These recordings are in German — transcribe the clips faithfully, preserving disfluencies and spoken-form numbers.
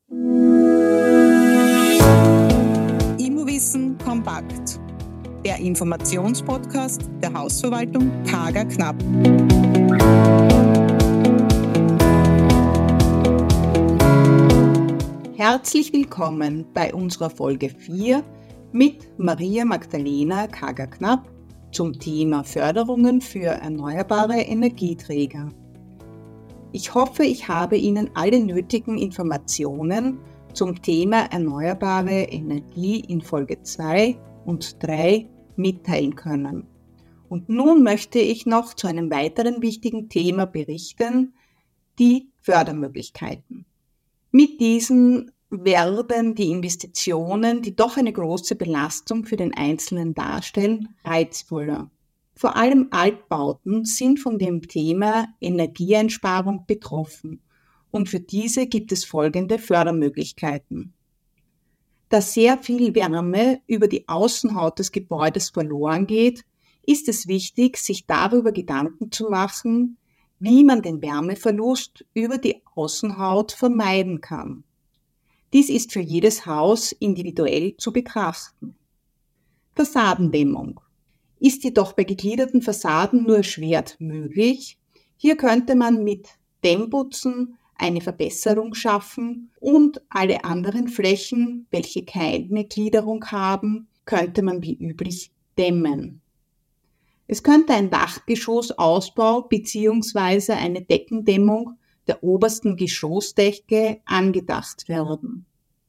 Immowissen kompakt. Der Informationspodcast der Hausverwaltung Kager Knapp. Herzlich willkommen bei unserer Folge vier mit Maria Magdalena Kager Knapp zum Thema Förderungen für erneuerbare Energieträger. Ich hoffe, ich habe Ihnen alle nötigen Informationen zum Thema erneuerbare Energie in Folge zwei und drei mitteilen können. Und nun möchte ich noch zu einem weiteren wichtigen Thema berichten, die Fördermöglichkeiten. Mit diesen werden die Investitionen, die doch eine große Belastung für den Einzelnen darstellen, reizvoller. Vor allem Altbauten sind von dem Thema Energieeinsparung betroffen und für diese gibt es folgende Fördermöglichkeiten. Da sehr viel Wärme über die Außenhaut des Gebäudes verloren geht, ist es wichtig, sich darüber Gedanken zu machen, wie man den Wärmeverlust über die Außenhaut vermeiden kann. Dies ist für jedes Haus individuell zu betrachten. Fassadendämmung ist jedoch bei gegliederten Fassaden nur schwer möglich. Hier könnte man mit Dämmputzen eine Verbesserung schaffen und alle anderen Flächen, welche keine Gliederung haben, könnte man wie üblich dämmen. Es könnte ein Dachgeschossausbau bzw. eine Deckendämmung der obersten Geschossdecke angedacht werden.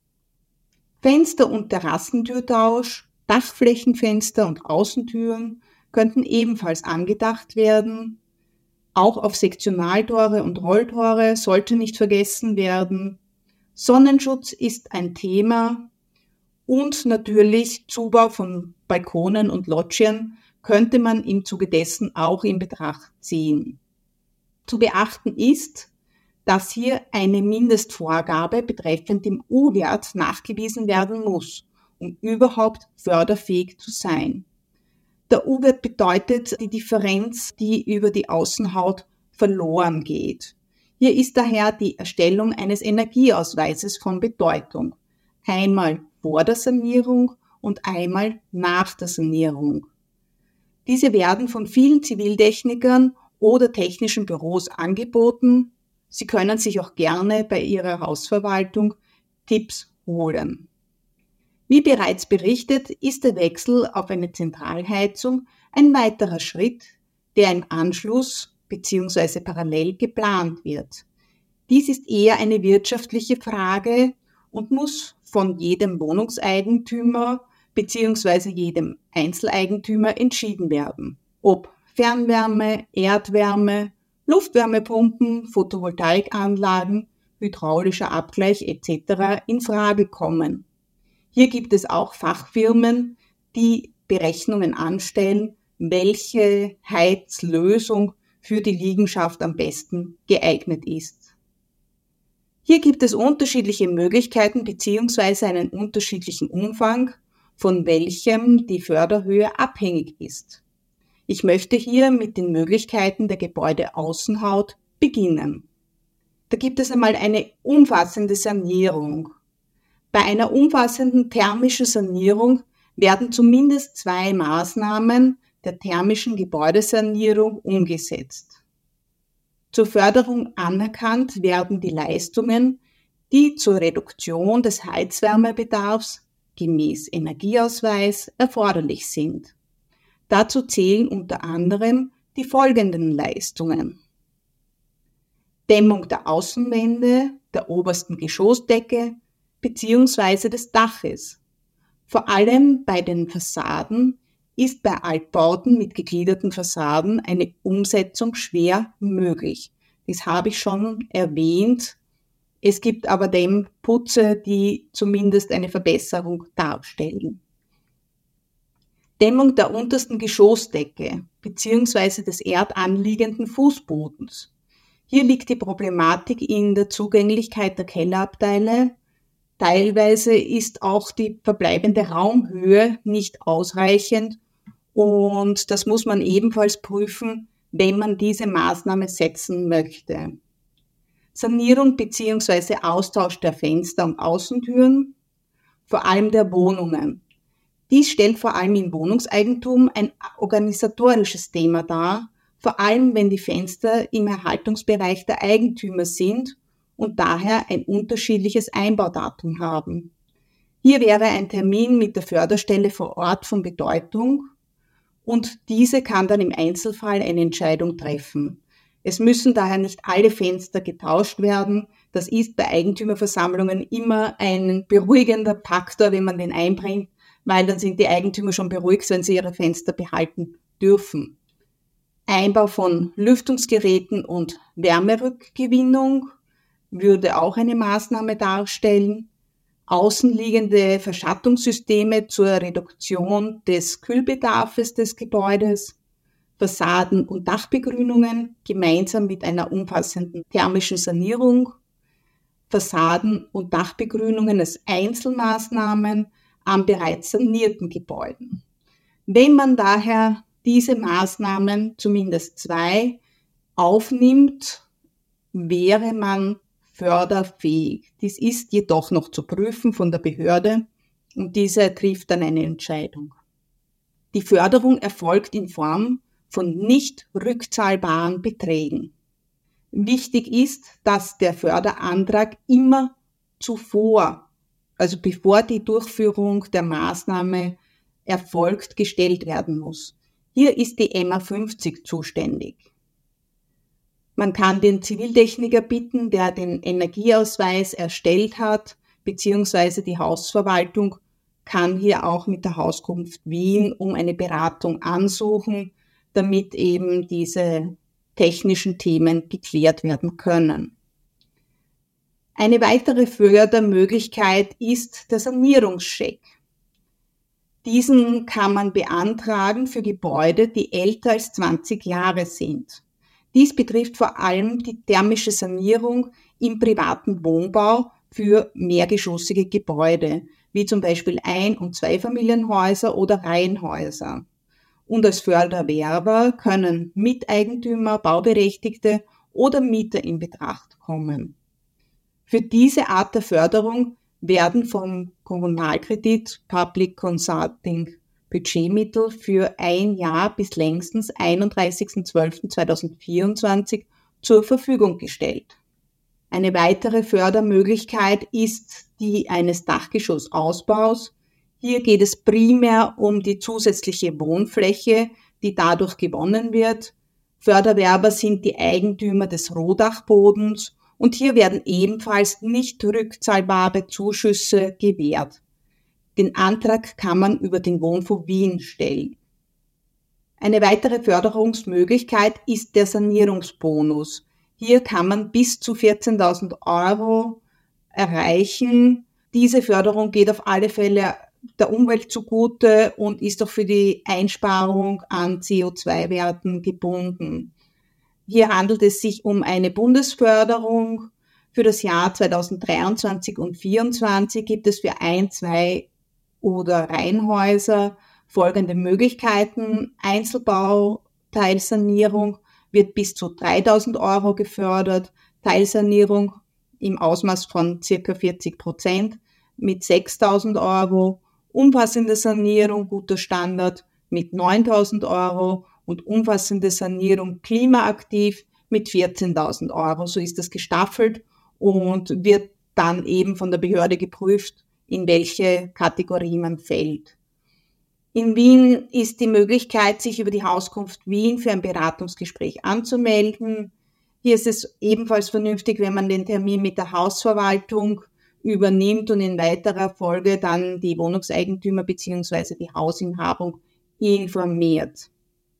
Fenster- und Terrassentürtausch, Dachflächenfenster und Außentüren könnten ebenfalls angedacht werden. Auch auf Sektionaltore und Rolltore sollte nicht vergessen werden. Sonnenschutz ist ein Thema und natürlich Zubau von Balkonen und Loggien könnte man im Zuge dessen auch in Betracht ziehen. Zu beachten ist, dass hier eine Mindestvorgabe betreffend dem U-Wert nachgewiesen werden muss, um überhaupt förderfähig zu sein. Der U-Wert bedeutet die Differenz, die über die Außenhaut verloren geht. Hier ist daher die Erstellung eines Energieausweises von Bedeutung. Einmal vor der Sanierung und einmal nach der Sanierung. Diese werden von vielen Ziviltechnikern oder technischen Büros angeboten. Sie können sich auch gerne bei Ihrer Hausverwaltung Tipps holen. Wie bereits berichtet, ist der Wechsel auf eine Zentralheizung ein weiterer Schritt, der im Anschluss bzw. parallel geplant wird. Dies ist eher eine wirtschaftliche Frage und muss von jedem Wohnungseigentümer bzw. jedem Einzeleigentümer entschieden werden. Ob Fernwärme, Erdwärme, Luftwärmepumpen, Photovoltaikanlagen, hydraulischer Abgleich et cetera in Frage kommen. Hier gibt es auch Fachfirmen, die Berechnungen anstellen, welche Heizlösung für die Liegenschaft am besten geeignet ist. Hier gibt es unterschiedliche Möglichkeiten bzw. einen unterschiedlichen Umfang, von welchem die Förderhöhe abhängig ist. Ich möchte hier mit den Möglichkeiten der Gebäudeaußenhaut beginnen. Da gibt es einmal eine umfassende Sanierung. Bei einer umfassenden thermischen Sanierung werden zumindest zwei Maßnahmen der thermischen Gebäudesanierung umgesetzt. Zur Förderung anerkannt werden die Leistungen, die zur Reduktion des Heizwärmebedarfs gemäß Energieausweis erforderlich sind. Dazu zählen unter anderem die folgenden Leistungen: Dämmung der Außenwände, der obersten Geschossdecke bzw. des Daches. Vor allem bei den Fassaden ist bei Altbauten mit gegliederten Fassaden eine Umsetzung schwer möglich. Das habe ich schon erwähnt. Es gibt aber Dämmputze, die zumindest eine Verbesserung darstellen. Dämmung der untersten Geschossdecke bzw. des erdanliegenden Fußbodens. Hier liegt die Problematik in der Zugänglichkeit der Kellerabteile. Teilweise ist auch die verbleibende Raumhöhe nicht ausreichend und das muss man ebenfalls prüfen, wenn man diese Maßnahme setzen möchte. Sanierung bzw. Austausch der Fenster und Außentüren, vor allem der Wohnungen. Dies stellt vor allem im Wohnungseigentum ein organisatorisches Thema dar, vor allem wenn die Fenster im Erhaltungsbereich der Eigentümer sind und daher ein unterschiedliches Einbaudatum haben. Hier wäre ein Termin mit der Förderstelle vor Ort von Bedeutung und diese kann dann im Einzelfall eine Entscheidung treffen. Es müssen daher nicht alle Fenster getauscht werden. Das ist bei Eigentümerversammlungen immer ein beruhigender Faktor, wenn man den einbringt, weil dann sind die Eigentümer schon beruhigt, wenn sie ihre Fenster behalten dürfen. Einbau von Lüftungsgeräten und Wärmerückgewinnung würde auch eine Maßnahme darstellen. Außenliegende Verschattungssysteme zur Reduktion des Kühlbedarfes des Gebäudes, Fassaden- und Dachbegrünungen gemeinsam mit einer umfassenden thermischen Sanierung, Fassaden- und Dachbegrünungen als Einzelmaßnahmen an bereits sanierten Gebäuden. Wenn man daher diese Maßnahmen, zumindest zwei, aufnimmt, wäre man förderfähig. Dies ist jedoch noch zu prüfen von der Behörde und diese trifft dann eine Entscheidung. Die Förderung erfolgt in Form von nicht rückzahlbaren Beträgen. Wichtig ist, dass der Förderantrag immer zuvor, also bevor die Durchführung der Maßnahme erfolgt, gestellt werden muss. Hier ist die M A fünfzig zuständig. Man kann den Ziviltechniker bitten, der den Energieausweis erstellt hat, beziehungsweise die Hausverwaltung kann hier auch mit der Hauskunft Wien um eine Beratung ansuchen, damit eben diese technischen Themen geklärt werden können. Eine weitere Fördermöglichkeit ist der Sanierungscheck. Diesen kann man beantragen für Gebäude, die älter als zwanzig Jahre sind. Dies betrifft vor allem die thermische Sanierung im privaten Wohnbau für mehrgeschossige Gebäude, wie zum Beispiel Ein- und Zweifamilienhäuser oder Reihenhäuser. Und als Förderwerber können Miteigentümer, Bauberechtigte oder Mieter in Betracht kommen. Für diese Art der Förderung werden vom Kommunalkredit Public Consulting Budgetmittel für ein Jahr bis längstens einunddreißigsten zwölften zweitausendvierundzwanzig zur Verfügung gestellt. Eine weitere Fördermöglichkeit ist die eines Dachgeschossausbaus. Hier geht es primär um die zusätzliche Wohnfläche, die dadurch gewonnen wird. Förderwerber sind die Eigentümer des Rohdachbodens und hier werden ebenfalls nicht rückzahlbare Zuschüsse gewährt. Den Antrag kann man über den Wohnfonds Wien stellen. Eine weitere Förderungsmöglichkeit ist der Sanierungsbonus. Hier kann man bis zu vierzehntausend Euro erreichen. Diese Förderung geht auf alle Fälle der Umwelt zugute und ist auch für die Einsparung an C O zwei Werten gebunden. Hier handelt es sich um eine Bundesförderung. Für das Jahr zweitausenddreiundzwanzig und zweitausendvierundzwanzig gibt es für ein, zwei oder Reihenhäuser folgende Möglichkeiten. Einzelbau, Teilsanierung wird bis zu dreitausend Euro gefördert, Teilsanierung im Ausmaß von circa vierzig Prozent mit sechstausend Euro, umfassende Sanierung guter Standard mit neuntausend Euro und umfassende Sanierung klimaaktiv mit vierzehntausend Euro. So ist das gestaffelt und wird dann eben von der Behörde geprüft, in welche Kategorie man fällt. In Wien ist die Möglichkeit, sich über die Hauskunft Wien für ein Beratungsgespräch anzumelden. Hier ist es ebenfalls vernünftig, wenn man den Termin mit der Hausverwaltung übernimmt und in weiterer Folge dann die Wohnungseigentümer bzw. die Hausinhabung informiert.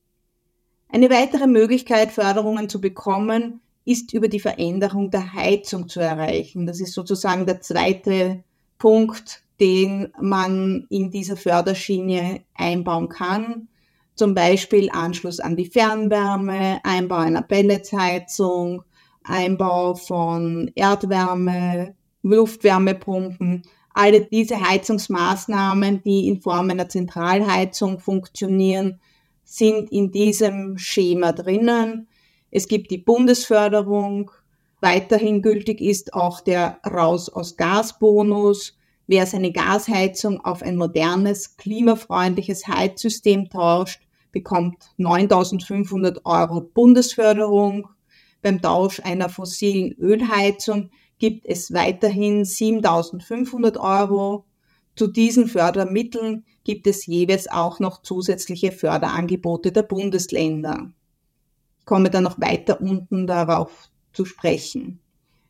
Eine weitere Möglichkeit, Förderungen zu bekommen, ist über die Veränderung der Heizung zu erreichen. Das ist sozusagen der zweite Punkt, den man in dieser Förderschiene einbauen kann. Zum Beispiel Anschluss an die Fernwärme, Einbau einer Pelletsheizung, Einbau von Erdwärme, Luftwärmepumpen. Alle diese Heizungsmaßnahmen, die in Form einer Zentralheizung funktionieren, sind in diesem Schema drinnen. Es gibt die Bundesförderung Weiterhin gültig ist auch der Raus aus Gas-Bonus. Wer seine Gasheizung auf ein modernes, klimafreundliches Heizsystem tauscht, bekommt neuntausendfünfhundert Euro Bundesförderung. Beim Tausch einer fossilen Ölheizung gibt es weiterhin siebentausendfünfhundert Euro. Zu diesen Fördermitteln gibt es jeweils auch noch zusätzliche Förderangebote der Bundesländer. Ich komme dann noch weiter unten darauf zu sprechen.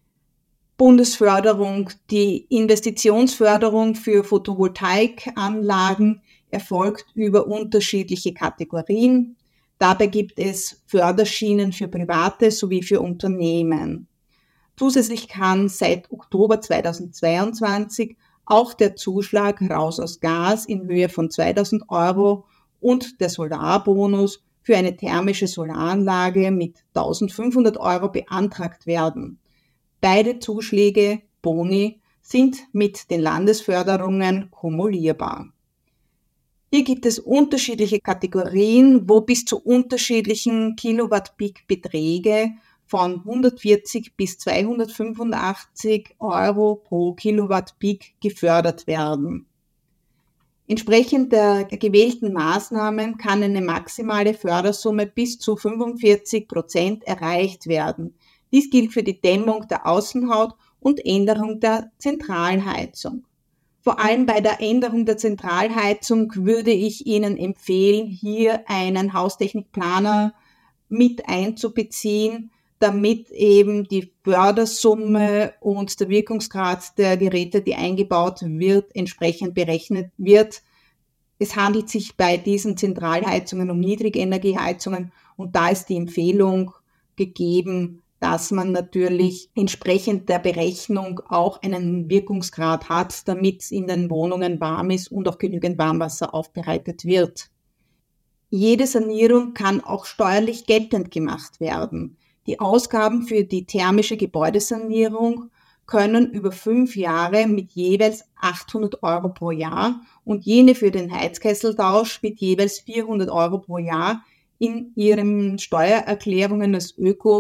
Bundesförderung. Die Investitionsförderung für Photovoltaikanlagen erfolgt über unterschiedliche Kategorien. Dabei gibt es Förderschienen für Private sowie für Unternehmen. Zusätzlich kann seit Oktober zweitausendzweiundzwanzig auch der Zuschlag Raus aus Gas in Höhe von zweitausend Euro und der Solarbonus für eine thermische Solaranlage mit eintausendfünfhundert Euro beantragt werden. Beide Zuschläge, Boni, sind mit den Landesförderungen kumulierbar. Hier gibt es unterschiedliche Kategorien, wo bis zu unterschiedlichen Kilowatt-Peak-Beträge von hundertvierzig bis zweihundertfünfundachtzig Euro pro Kilowatt-Peak gefördert werden. Entsprechend der gewählten Maßnahmen kann eine maximale Fördersumme bis zu fünfundvierzig Prozent erreicht werden. Dies gilt für die Dämmung der Außenhaut und Änderung der Zentralheizung. Vor allem bei der Änderung der Zentralheizung würde ich Ihnen empfehlen, hier einen Haustechnikplaner mit einzubeziehen, damit eben die Fördersumme und der Wirkungsgrad der Geräte, die eingebaut wird, entsprechend berechnet wird. Es handelt sich bei diesen Zentralheizungen um Niedrigenergieheizungen und da ist die Empfehlung gegeben, dass man natürlich entsprechend der Berechnung auch einen Wirkungsgrad hat, damit es in den Wohnungen warm ist und auch genügend Warmwasser aufbereitet wird. Jede Sanierung kann auch steuerlich geltend gemacht werden. Die Ausgaben für die thermische Gebäudesanierung können über fünf Jahre mit jeweils achthundert Euro pro Jahr und jene für den Heizkesseltausch mit jeweils vierhundert Euro pro Jahr in ihren Steuererklärungen als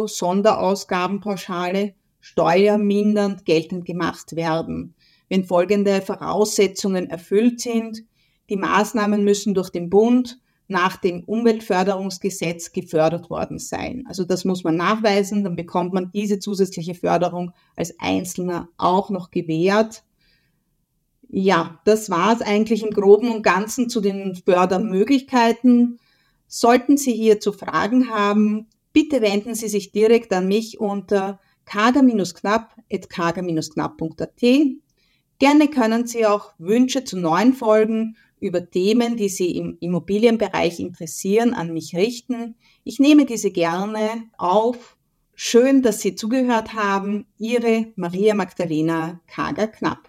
Öko-Sonderausgabenpauschale steuermindernd geltend gemacht werden. Wenn folgende Voraussetzungen erfüllt sind: Die Maßnahmen müssen durch den Bund nach dem Umweltförderungsgesetz gefördert worden sein. Also das muss man nachweisen, dann bekommt man diese zusätzliche Förderung als Einzelner auch noch gewährt. Ja, das war es eigentlich im Groben und Ganzen zu den Fördermöglichkeiten. Sollten Sie hierzu Fragen haben, bitte wenden Sie sich direkt an mich unter kager knapp at kager knapp punkt a t. Gerne können Sie auch Wünsche zu neuen Folgen über Themen, die Sie im Immobilienbereich interessieren, an mich richten. Ich nehme diese gerne auf. Schön, dass Sie zugehört haben. Ihre Maria Magdalena Kager-Knapp.